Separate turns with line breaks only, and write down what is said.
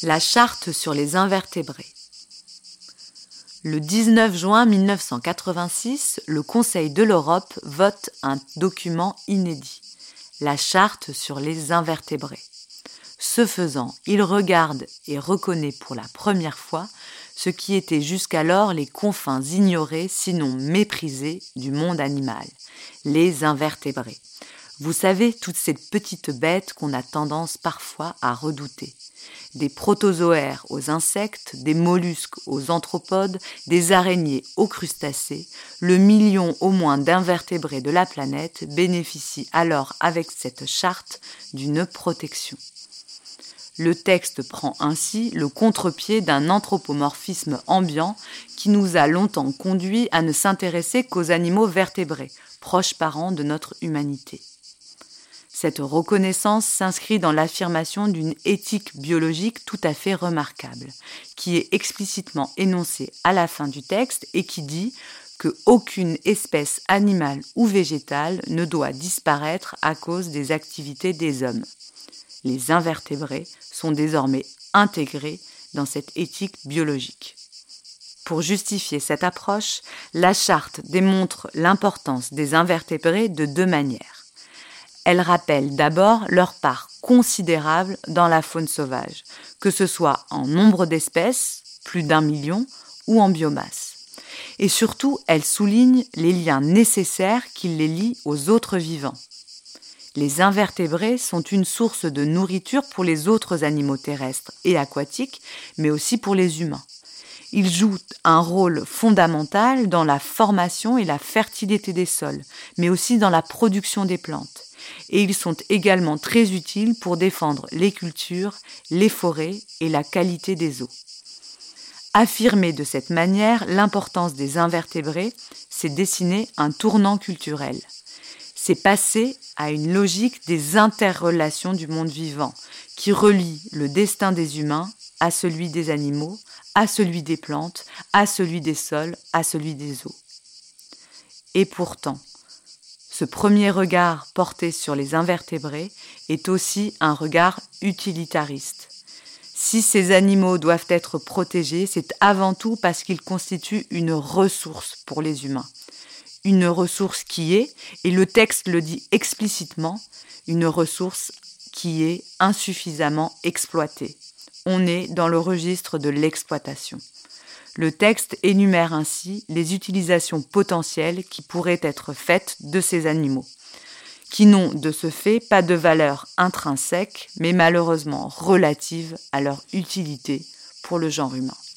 La charte sur les invertébrés. Le 19 juin 1986, le Conseil de l'Europe vote un document inédit, la charte sur les invertébrés. Ce faisant, il regarde et reconnaît pour la première fois ce qui était jusqu'alors les confins ignorés, sinon méprisés, du monde animal, les invertébrés. Vous savez, toutes ces petites bêtes qu'on a tendance parfois à redouter. Des protozoaires aux insectes, des mollusques aux anthropodes, des araignées aux crustacés, le million au moins d'invertébrés de la planète bénéficie alors avec cette charte d'une protection. Le texte prend ainsi le contre-pied d'un anthropomorphisme ambiant qui nous a longtemps conduit à ne s'intéresser qu'aux animaux vertébrés, proches parents de notre humanité. Cette reconnaissance s'inscrit dans l'affirmation d'une éthique biologique tout à fait remarquable, qui est explicitement énoncée à la fin du texte et qui dit qu'aucune espèce animale ou végétale ne doit disparaître à cause des activités des hommes. Les invertébrés sont désormais intégrés dans cette éthique biologique. Pour justifier cette approche, la charte démontre l'importance des invertébrés de deux manières. Elle rappelle d'abord leur part considérable dans la faune sauvage, que ce soit en nombre d'espèces, plus d'1 million, ou en biomasse. Et surtout, elle souligne les liens nécessaires qui les lient aux autres vivants. Les invertébrés sont une source de nourriture pour les autres animaux terrestres et aquatiques, mais aussi pour les humains. Ils jouent un rôle fondamental dans la formation et la fertilité des sols, mais aussi dans la production des plantes. Et ils sont également très utiles pour défendre les cultures, les forêts et la qualité des eaux. Affirmer de cette manière l'importance des invertébrés, c'est dessiner un tournant culturel. C'est passer à une logique des interrelations du monde vivant, qui relie le destin des humains à celui des animaux, à celui des plantes, à celui des sols, à celui des eaux. Et pourtant, ce premier regard porté sur les invertébrés est aussi un regard utilitariste. Si ces animaux doivent être protégés, c'est avant tout parce qu'ils constituent une ressource pour les humains. Une ressource qui est, et le texte le dit explicitement, une ressource qui est insuffisamment exploitée. On est dans le registre de l'exploitation. Le texte énumère ainsi les utilisations potentielles qui pourraient être faites de ces animaux, qui n'ont de ce fait pas de valeur intrinsèque, mais malheureusement relative à leur utilité pour le genre humain.